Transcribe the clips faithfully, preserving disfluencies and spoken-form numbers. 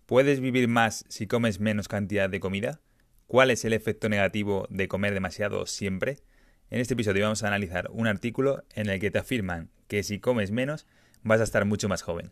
¿Puedes vivir más si comes menos cantidad de comida? ¿Cuál es el efecto negativo de comer demasiado siempre? En este episodio vamos a analizar un artículo en el que te afirman que si comes menos vas a estar mucho más joven.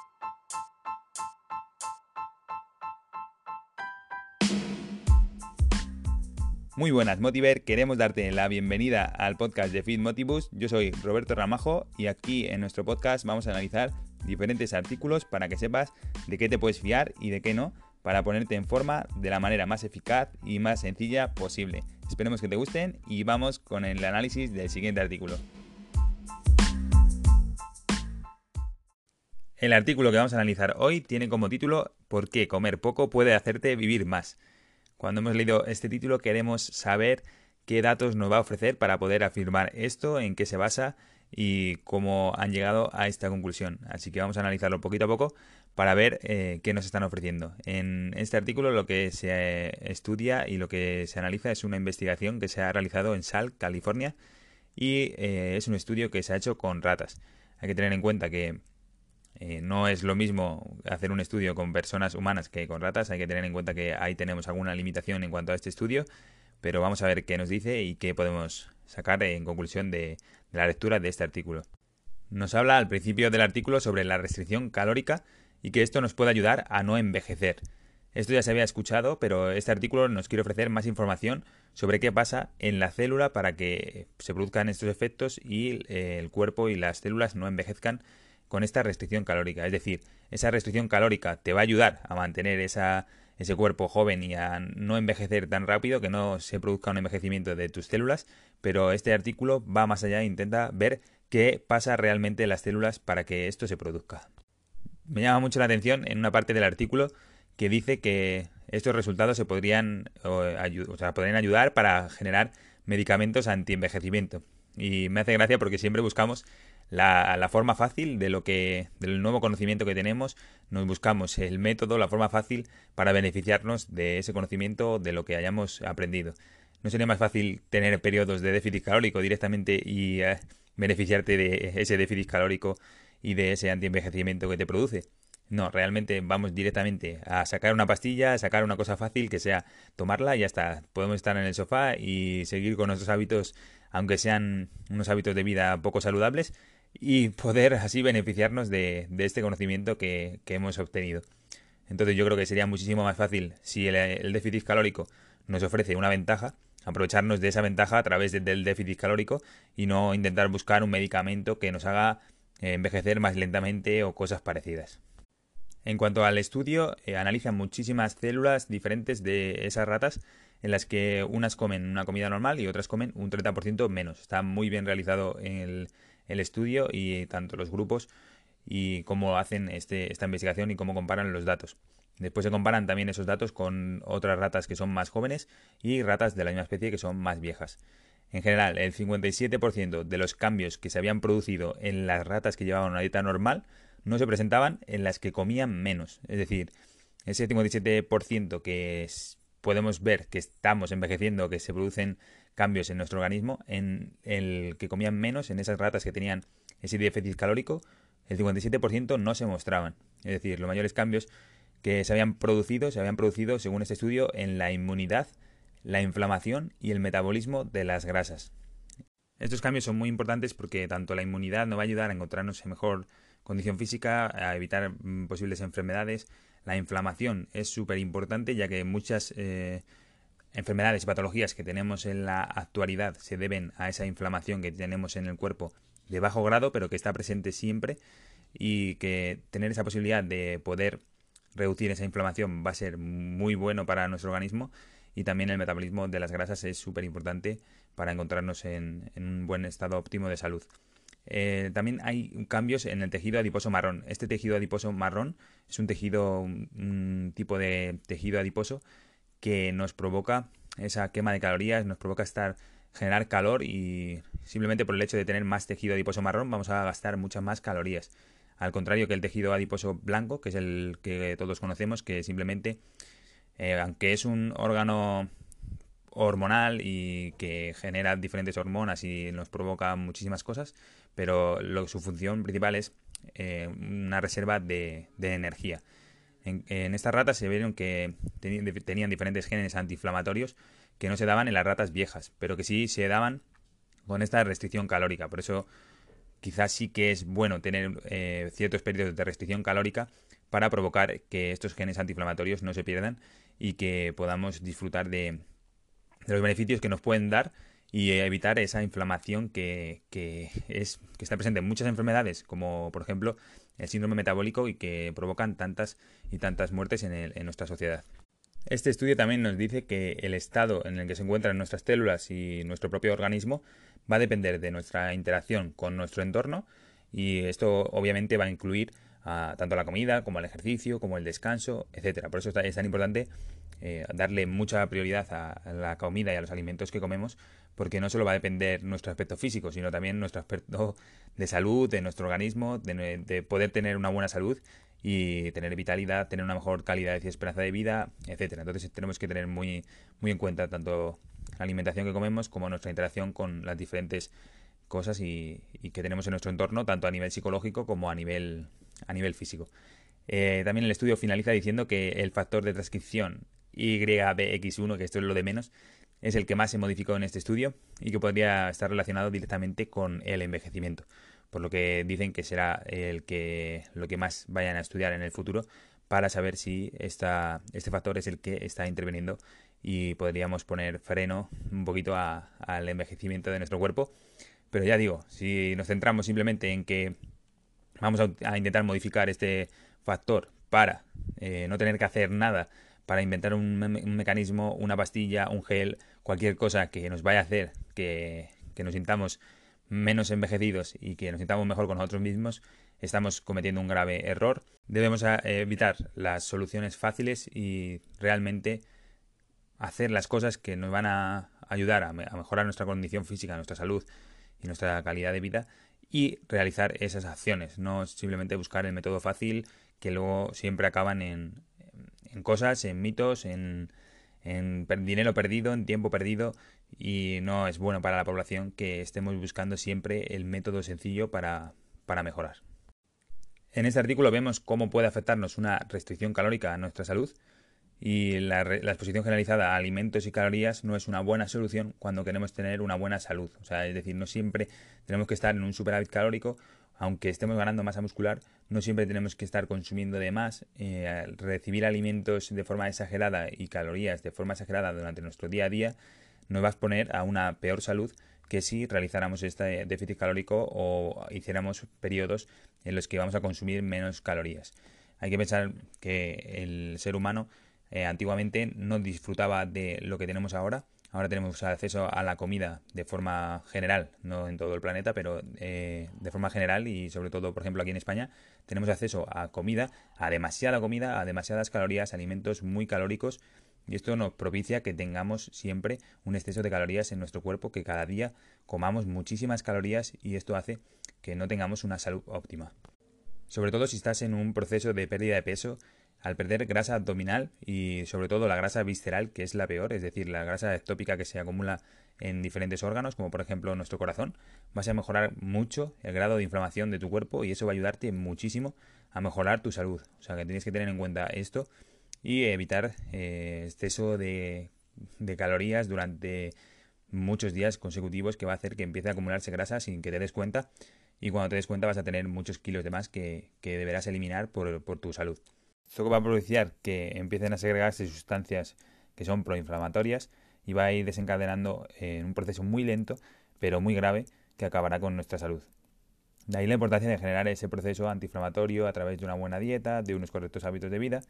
Muy buenas, Motiver. Queremos darte la bienvenida al podcast de Feed Motibus. Yo soy Roberto Ramajo y aquí en nuestro podcast vamos a analizar diferentes artículos para que sepas de qué te puedes fiar y de qué no, para ponerte en forma de la manera más eficaz y más sencilla posible. Esperemos que te gusten y vamos con el análisis del siguiente artículo. El artículo que vamos a analizar hoy tiene como título ¿Por qué comer poco puede hacerte vivir más? Cuando hemos leído este título queremos saber qué datos nos va a ofrecer para poder afirmar esto, en qué se basa y cómo han llegado a esta conclusión. Así que vamos a analizarlo poquito a poco para ver eh, qué nos están ofreciendo. En este artículo lo que se eh, estudia y lo que se analiza es una investigación que se ha realizado en Salt, California, y eh, es un estudio que se ha hecho con ratas. Hay que tener en cuenta que Eh, no es lo mismo hacer un estudio con personas humanas que con ratas. Hay que tener en cuenta que ahí tenemos alguna limitación en cuanto a este estudio, pero vamos a ver qué nos dice y qué podemos sacar en conclusión de, de la lectura de este artículo. Nos habla al principio del artículo sobre la restricción calórica y que esto nos puede ayudar a no envejecer. Esto ya se había escuchado, pero este artículo nos quiere ofrecer más información sobre qué pasa en la célula para que se produzcan estos efectos y eh, el cuerpo y las células no envejezcan con esta restricción calórica. Es decir, esa restricción calórica te va a ayudar a mantener esa, ese cuerpo joven y a no envejecer tan rápido, que no se produzca un envejecimiento de tus células, pero este artículo va más allá e intenta ver qué pasa realmente en las células para que esto se produzca. Me llama mucho la atención en una parte del artículo que dice que estos resultados se podrían, o, o sea, podrían ayudar para generar medicamentos anti-envejecimiento. Y me hace gracia porque siempre buscamos la, la forma fácil de lo que, del nuevo conocimiento que tenemos, nos buscamos el método, la forma fácil para beneficiarnos de ese conocimiento, de lo que hayamos aprendido. ¿No sería más fácil tener periodos de déficit calórico directamente y eh, beneficiarte de ese déficit calórico y de ese antienvejecimiento que te produce? No, realmente vamos directamente a sacar una pastilla, a sacar una cosa fácil que sea tomarla y ya está. Podemos estar en el sofá y seguir con nuestros hábitos, aunque sean unos hábitos de vida poco saludables, y poder así beneficiarnos de, de este conocimiento que, que hemos obtenido. Entonces yo creo que sería muchísimo más fácil si el, el déficit calórico nos ofrece una ventaja, aprovecharnos de esa ventaja a través de, del déficit calórico y no intentar buscar un medicamento que nos haga eh, envejecer más lentamente o cosas parecidas. En cuanto al estudio, eh, analizan muchísimas células diferentes de esas ratas en las que unas comen una comida normal y otras comen un treinta por ciento menos. Está muy bien realizado el, el estudio y tanto los grupos y cómo hacen este, esta investigación y cómo comparan los datos. Después se comparan también esos datos con otras ratas que son más jóvenes y ratas de la misma especie que son más viejas. En general, el cincuenta y siete por ciento de los cambios que se habían producido en las ratas que llevaban una dieta normal no se presentaban en las que comían menos. Es decir, ese cincuenta y siete por ciento que es, podemos ver que estamos envejeciendo, que se producen cambios en nuestro organismo, en el que comían menos, en esas ratas que tenían ese déficit calórico, el cincuenta y siete por ciento no se mostraban. Es decir, los mayores cambios que se habían producido, se habían producido, según este estudio, en la inmunidad, la inflamación y el metabolismo de las grasas. Estos cambios son muy importantes porque tanto la inmunidad nos va a ayudar a encontrarnos en mejor condición física, a evitar mm, posibles enfermedades. La inflamación es súper importante ya que muchas eh, enfermedades y patologías que tenemos en la actualidad se deben a esa inflamación que tenemos en el cuerpo de bajo grado pero que está presente siempre, y que tener esa posibilidad de poder reducir esa inflamación va a ser muy bueno para nuestro organismo. Y también el metabolismo de las grasas es súper importante para encontrarnos en, en un buen estado óptimo de salud. Eh, también hay cambios en el tejido adiposo marrón. Este tejido adiposo marrón es un tejido, un, un tipo de tejido adiposo que nos provoca esa quema de calorías, nos provoca estar, generar calor, y simplemente por el hecho de tener más tejido adiposo marrón vamos a gastar muchas más calorías. Al contrario que el tejido adiposo blanco, que es el que todos conocemos, que simplemente, eh, aunque es un órgano hormonal y que genera diferentes hormonas y nos provoca muchísimas cosas, pero lo, su función principal es eh, una reserva de, de energía. En, en estas ratas se vieron que tenían diferentes genes antiinflamatorios que no se daban en las ratas viejas, pero que sí se daban con esta restricción calórica. Por eso quizás sí que es bueno tener eh, ciertos periodos de restricción calórica para provocar que estos genes antiinflamatorios no se pierdan y que podamos disfrutar de, de los beneficios que nos pueden dar y evitar esa inflamación que, que, es, que está presente en muchas enfermedades, como por ejemplo el síndrome metabólico, y que provocan tantas y tantas muertes en, el, en nuestra sociedad. Este estudio también nos dice que el estado en el que se encuentran nuestras células y nuestro propio organismo va a depender de nuestra interacción con nuestro entorno, y esto obviamente va a incluir a tanto la comida como el ejercicio, como el descanso, etcétera. Por eso es tan importante eh, darle mucha prioridad a la comida y a los alimentos que comemos, porque no solo va a depender nuestro aspecto físico, sino también nuestro aspecto de salud, de nuestro organismo, de, de poder tener una buena salud y tener vitalidad, tener una mejor calidad y esperanza de vida, etcétera. Entonces tenemos que tener muy, muy en cuenta tanto la alimentación que comemos como nuestra interacción con las diferentes cosas y, y que tenemos en nuestro entorno, tanto a nivel psicológico como a nivel, a nivel físico. Eh, también el estudio finaliza diciendo que el factor de transcripción Y B X uno, que esto es lo de menos, es el que más se modificó en este estudio y que podría estar relacionado directamente con el envejecimiento, por lo que dicen que será el que lo que más vayan a estudiar en el futuro para saber si esta, este factor es el que está interviniendo y podríamos poner freno un poquito a, al envejecimiento de nuestro cuerpo. Pero ya digo, si nos centramos simplemente en que vamos a, a intentar modificar este factor para eh, no tener que hacer nada, para inventar un, me un mecanismo, una pastilla, un gel, cualquier cosa que nos vaya a hacer que, que nos sintamos menos envejecidos y que nos sintamos mejor con nosotros mismos, estamos cometiendo un grave error. Debemos evitar las soluciones fáciles y realmente hacer las cosas que nos van a ayudar a, me a mejorar nuestra condición física, nuestra salud y nuestra calidad de vida, y realizar esas acciones, no simplemente buscar el método fácil que luego siempre acaban en, en cosas, en mitos, en, en dinero perdido, en tiempo perdido, y no es bueno para la población que estemos buscando siempre el método sencillo para, para mejorar. En este artículo vemos cómo puede afectarnos una restricción calórica a nuestra salud, y la, la exposición generalizada a alimentos y calorías no es una buena solución cuando queremos tener una buena salud. O sea, es decir, no siempre tenemos que estar en un superávit calórico, aunque estemos ganando masa muscular, no siempre tenemos que estar consumiendo de más. Eh, recibir alimentos de forma exagerada y calorías de forma exagerada durante nuestro día a día nos va a exponer a una peor salud que si realizáramos este déficit calórico o hiciéramos periodos en los que vamos a consumir menos calorías. Hay que pensar que el ser humano Eh, antiguamente no disfrutaba de lo que tenemos ahora. Ahora tenemos acceso a la comida de forma general, no en todo el planeta, pero eh, de forma general, y sobre todo, por ejemplo, aquí en España, tenemos acceso a comida, a demasiada comida, a demasiadas calorías, alimentos muy calóricos, y esto nos propicia que tengamos siempre un exceso de calorías en nuestro cuerpo, que cada día comamos muchísimas calorías, y esto hace que no tengamos una salud óptima. Sobre todo si estás en un proceso de pérdida de peso, al perder grasa abdominal y sobre todo la grasa visceral, que es la peor, es decir, la grasa ectópica que se acumula en diferentes órganos, como por ejemplo nuestro corazón, vas a mejorar mucho el grado de inflamación de tu cuerpo, y eso va a ayudarte muchísimo a mejorar tu salud. O sea que tienes que tener en cuenta esto y evitar eh, exceso de, de calorías durante muchos días consecutivos, que va a hacer que empiece a acumularse grasa sin que te des cuenta, y cuando te des cuenta vas a tener muchos kilos de más que, que deberás eliminar por, por tu salud. Esto va a propiciar que empiecen a segregarse sustancias que son proinflamatorias y va a ir desencadenando en un proceso muy lento, pero muy grave, que acabará con nuestra salud. De ahí la importancia de generar ese proceso antiinflamatorio a través de una buena dieta, de unos correctos hábitos de vida,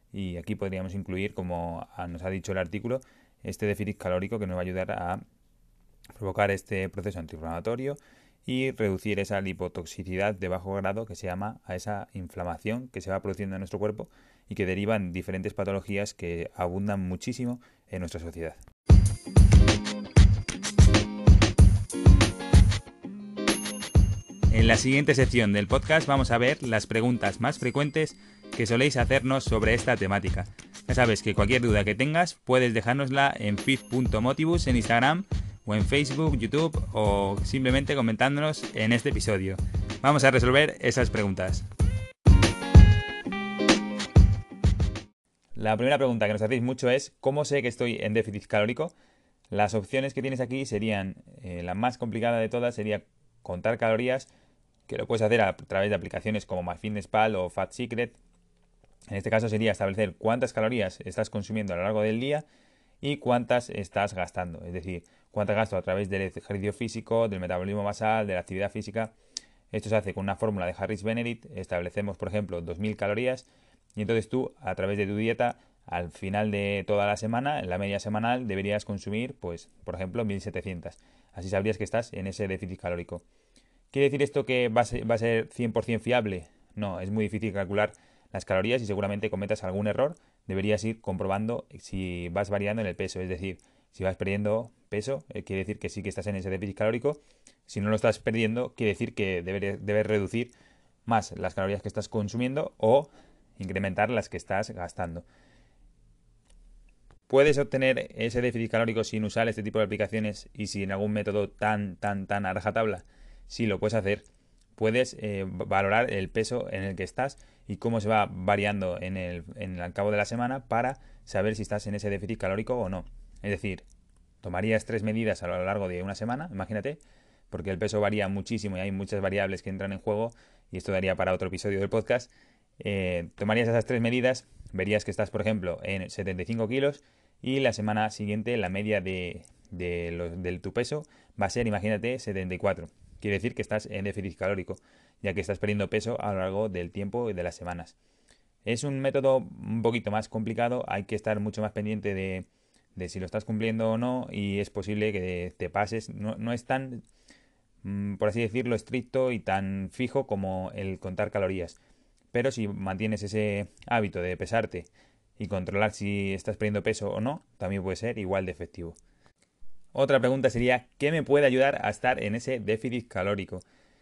y aquí podríamos incluir, como nos ha dicho el artículo, este déficit calórico que nos va a ayudar a provocar este proceso antiinflamatorio y reducir esa lipotoxicidad de bajo grado que se llama a esa inflamación que se va produciendo en nuestro cuerpo y que derivan diferentes patologías que abundan muchísimo en nuestra sociedad. En la siguiente sección del podcast vamos a ver las preguntas más frecuentes que soléis hacernos sobre esta temática. Ya sabes que cualquier duda que tengas puedes dejárnosla en fit punto motivus en Instagram, o en Facebook, YouTube, o simplemente comentándonos en este episodio. Vamos a resolver esas preguntas. La primera pregunta que nos hacéis mucho es ¿cómo sé que estoy en déficit calórico? Las opciones que tienes aquí serían, eh, la más complicada de todas sería contar calorías, que lo puedes hacer a través de aplicaciones como MyFitnessPal o Fat Secret. En este caso sería establecer cuántas calorías estás consumiendo a lo largo del día y cuántas estás gastando. Es decir, cuántas gasto a través del ejercicio físico, del metabolismo basal, de la actividad física. Esto se hace con una fórmula de Harris-Benedict. Establecemos, por ejemplo, dos mil calorías y entonces tú, a través de tu dieta, al final de toda la semana, en la media semanal, deberías consumir, pues, por ejemplo, mil setecientas. Así sabrías que estás en ese déficit calórico. ¿Quiere decir esto que va a ser, va a ser cien por ciento fiable? No, es muy difícil calcular las calorías y seguramente cometas algún error. Deberías ir comprobando si vas variando en el peso, es decir, si vas perdiendo peso, eh, quiere decir que sí que estás en ese déficit calórico. Si no lo estás perdiendo, quiere decir que debes, debes reducir más las calorías que estás consumiendo o incrementar las que estás gastando. ¿Puedes obtener ese déficit calórico sin usar este tipo de aplicaciones y sin algún método tan, tan, tan a rajatabla? Sí, lo puedes hacer. Puedes eh, valorar el peso en el que estás y cómo se va variando en el, en el cabo de la semana para saber si estás en ese déficit calórico o no. Es decir, tomarías tres medidas a lo largo de una semana, imagínate, porque el peso varía muchísimo y hay muchas variables que entran en juego y esto daría para otro episodio del podcast. Eh, tomarías esas tres medidas, verías que estás, por ejemplo, en setenta y cinco kilos y la semana siguiente la media de, de, los, de tu peso va a ser, imagínate, setenta y cuatro. Quiere decir que estás en déficit calórico, ya que estás perdiendo peso a lo largo del tiempo y de las semanas. Es un método un poquito más complicado, hay que estar mucho más pendiente de, de si lo estás cumpliendo o no y es posible que te pases. No, no es tan, por así decirlo, estricto y tan fijo como el contar calorías. Pero si mantienes ese hábito de pesarte y controlar si estás perdiendo peso o no, también puede ser igual de efectivo. Otra pregunta sería, ¿qué me puede ayudar a estar en ese déficit calórico?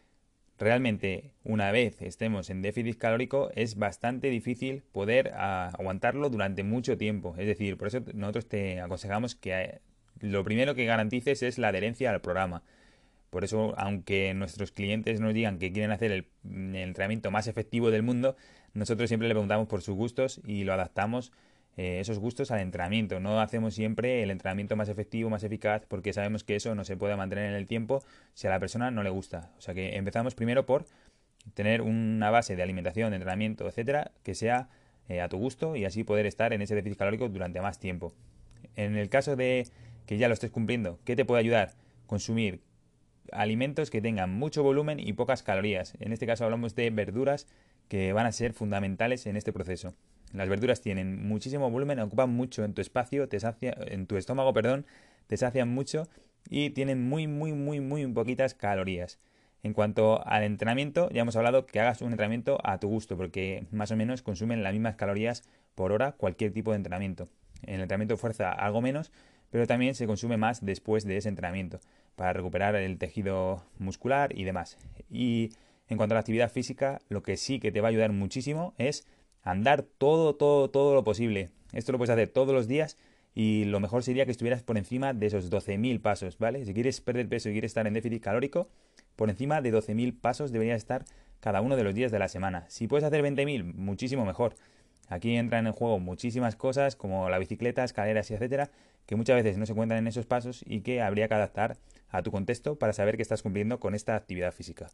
Realmente, una vez estemos en déficit calórico, es bastante difícil poder a, aguantarlo durante mucho tiempo. Es decir, por eso nosotros te aconsejamos que eh, lo primero que garantices es la adherencia al programa. Por eso, aunque nuestros clientes nos digan que quieren hacer el, el entrenamiento más efectivo del mundo, nosotros siempre le preguntamos por sus gustos y lo adaptamos eh, esos gustos al entrenamiento. No hacemos siempre el entrenamiento más efectivo, más eficaz, porque sabemos que eso no se puede mantener en el tiempo si a la persona no le gusta. O sea que empezamos primero por tener una base de alimentación, de entrenamiento, etcétera, que sea eh, a tu gusto y así poder estar en ese déficit calórico durante más tiempo. En el caso de que ya lo estés cumpliendo, ¿qué te puede ayudar? Consumir alimentos que tengan mucho volumen y pocas calorías. En este caso hablamos de verduras que van a ser fundamentales en este proceso. Las verduras tienen muchísimo volumen, ocupan mucho en tu espacio, te sacia, en tu estómago, perdón, te sacian mucho y tienen muy, muy, muy, muy poquitas calorías. En cuanto al entrenamiento, ya hemos hablado que hagas un entrenamiento a tu gusto, porque más o menos consumen las mismas calorías por hora cualquier tipo de entrenamiento. En el entrenamiento de fuerza algo menos, pero también se consume más después de ese entrenamiento para recuperar el tejido muscular y demás. Y en cuanto a la actividad física, lo que sí que te va a ayudar muchísimo es andar todo, todo, todo lo posible. Esto lo puedes hacer todos los días y lo mejor sería que estuvieras por encima de esos doce mil pasos, ¿vale? Si quieres perder peso y quieres estar en déficit calórico, por encima de doce mil pasos deberías estar cada uno de los días de la semana. Si puedes hacer veinte mil, muchísimo mejor. Aquí entran en juego muchísimas cosas como la bicicleta, escaleras y etcétera, que muchas veces no se cuentan en esos pasos y que habría que adaptar a tu contexto para saber que estás cumpliendo con esta actividad física.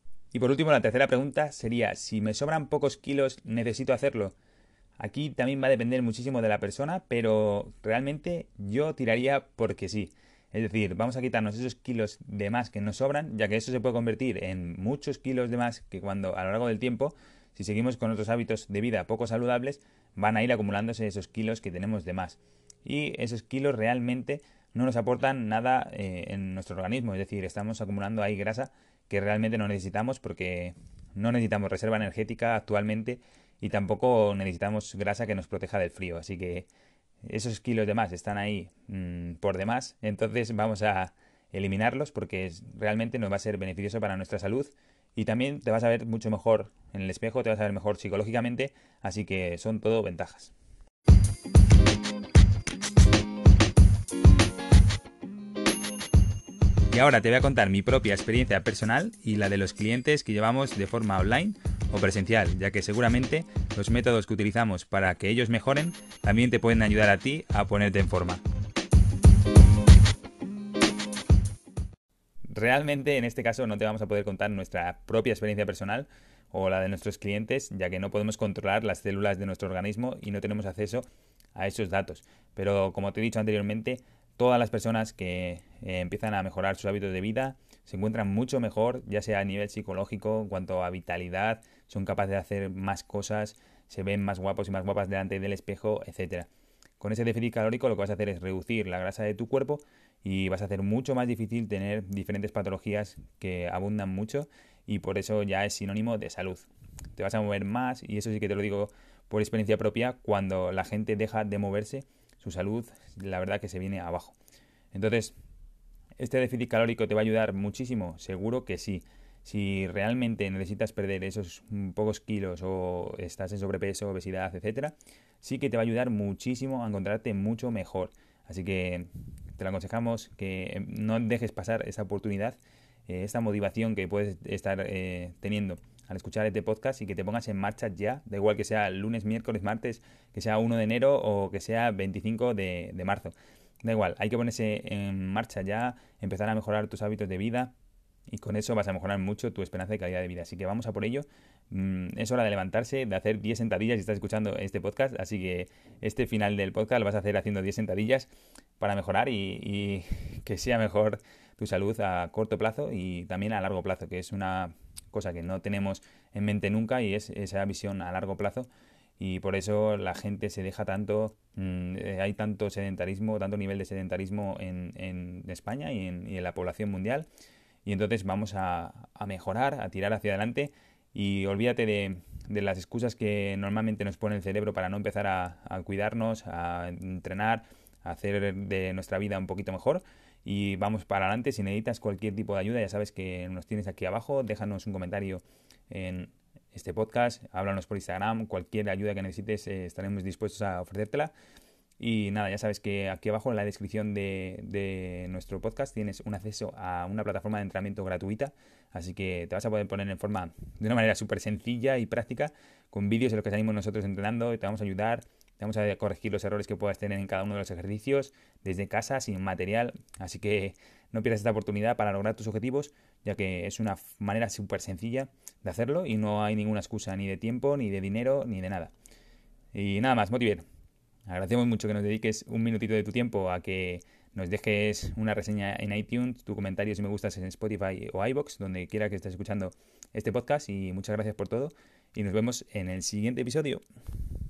Y por último, la tercera pregunta sería, si me sobran pocos kilos, ¿necesito hacerlo? Aquí también va a depender muchísimo de la persona, pero realmente yo tiraría porque sí. Es decir, vamos a quitarnos esos kilos de más que nos sobran, ya que eso se puede convertir en muchos kilos de más que cuando a lo largo del tiempo, si seguimos con otros hábitos de vida poco saludables, van a ir acumulándose esos kilos que tenemos de más. Y esos kilos realmente no nos aportan nada eh, en nuestro organismo, es decir, estamos acumulando ahí grasa que realmente no necesitamos porque no necesitamos reserva energética actualmente y tampoco necesitamos grasa que nos proteja del frío, así que esos kilos de más están ahí mmm, por demás, entonces vamos a eliminarlos porque es, realmente nos va a ser beneficioso para nuestra salud y también te vas a ver mucho mejor en el espejo, te vas a ver mejor psicológicamente, así que son todo ventajas. Y ahora te voy a contar mi propia experiencia personal y la de los clientes que llevamos de forma online o presencial, ya que seguramente los métodos que utilizamos para que ellos mejoren también te pueden ayudar a ti a ponerte en forma. Realmente en este caso no te vamos a poder contar nuestra propia experiencia personal o la de nuestros clientes, ya que no podemos controlar las células de nuestro organismo y no tenemos acceso a esos datos. Pero como te he dicho anteriormente, todas las personas que eh, empiezan a mejorar sus hábitos de vida se encuentran mucho mejor, ya sea a nivel psicológico, en cuanto a vitalidad, son capaces de hacer más cosas, se ven más guapos y más guapas delante del espejo, etcétera. Con ese déficit calórico lo que vas a hacer es reducir la grasa de tu cuerpo y vas a hacer mucho más difícil tener diferentes patologías que abundan mucho y por eso ya es sinónimo de salud. Te vas a mover más y eso sí que te lo digo por experiencia propia, cuando la gente deja de moverse, su salud la verdad que se viene abajo. Entonces, ¿este déficit calórico te va a ayudar muchísimo? Seguro que sí. Si realmente necesitas perder esos pocos kilos o estás en sobrepeso, obesidad, etcétera, sí que te va a ayudar muchísimo a encontrarte mucho mejor. Así que te lo aconsejamos que no dejes pasar esa oportunidad, eh, esta motivación que puedes estar eh, teniendo al escuchar este podcast y que te pongas en marcha ya, da igual que sea lunes, miércoles, martes, que sea uno de enero o que sea veinticinco de, de marzo. Da igual, hay que ponerse en marcha ya, empezar a mejorar tus hábitos de vida y con eso vas a mejorar mucho tu esperanza de calidad de vida. Así que vamos a por ello. Mm, es hora de levantarse, de hacer diez sentadillas si estás escuchando este podcast. Así que este final del podcast lo vas a hacer haciendo diez sentadillas para mejorar y, y que sea mejor tu salud a corto plazo y también a largo plazo, que es una cosa que no tenemos en mente nunca y es esa visión a largo plazo. Y por eso la gente se deja tanto, mmm, hay tanto sedentarismo, tanto nivel de sedentarismo en, en España y en, y en la población mundial. Y entonces vamos a, a mejorar, a tirar hacia adelante y olvídate de, de las excusas que normalmente nos pone el cerebro para no empezar a, a cuidarnos, a entrenar, a hacer de nuestra vida un poquito mejor y vamos para adelante. Si necesitas cualquier tipo de ayuda, ya sabes que nos tienes aquí abajo, déjanos un comentario en este podcast, háblanos por Instagram, cualquier ayuda que necesites eh, estaremos dispuestos a ofrecértela. Y nada, ya sabes que aquí abajo en la descripción de, de nuestro podcast tienes un acceso a una plataforma de entrenamiento gratuita, así que te vas a poder poner en forma de una manera súper sencilla y práctica, con vídeos en los que salimos nosotros entrenando y te vamos a ayudar, te vamos a corregir los errores que puedas tener en cada uno de los ejercicios, desde casa, sin material, así que no pierdas esta oportunidad para lograr tus objetivos, ya que es una manera súper sencilla de hacerlo y no hay ninguna excusa ni de tiempo, ni de dinero, ni de nada. Y nada más, Motiver. Agradecemos mucho que nos dediques un minutito de tu tiempo a que nos dejes una reseña en iTunes, tu comentario si me gustas en Spotify o iVoox, donde quiera que estés escuchando este podcast y muchas gracias por todo y nos vemos en el siguiente episodio.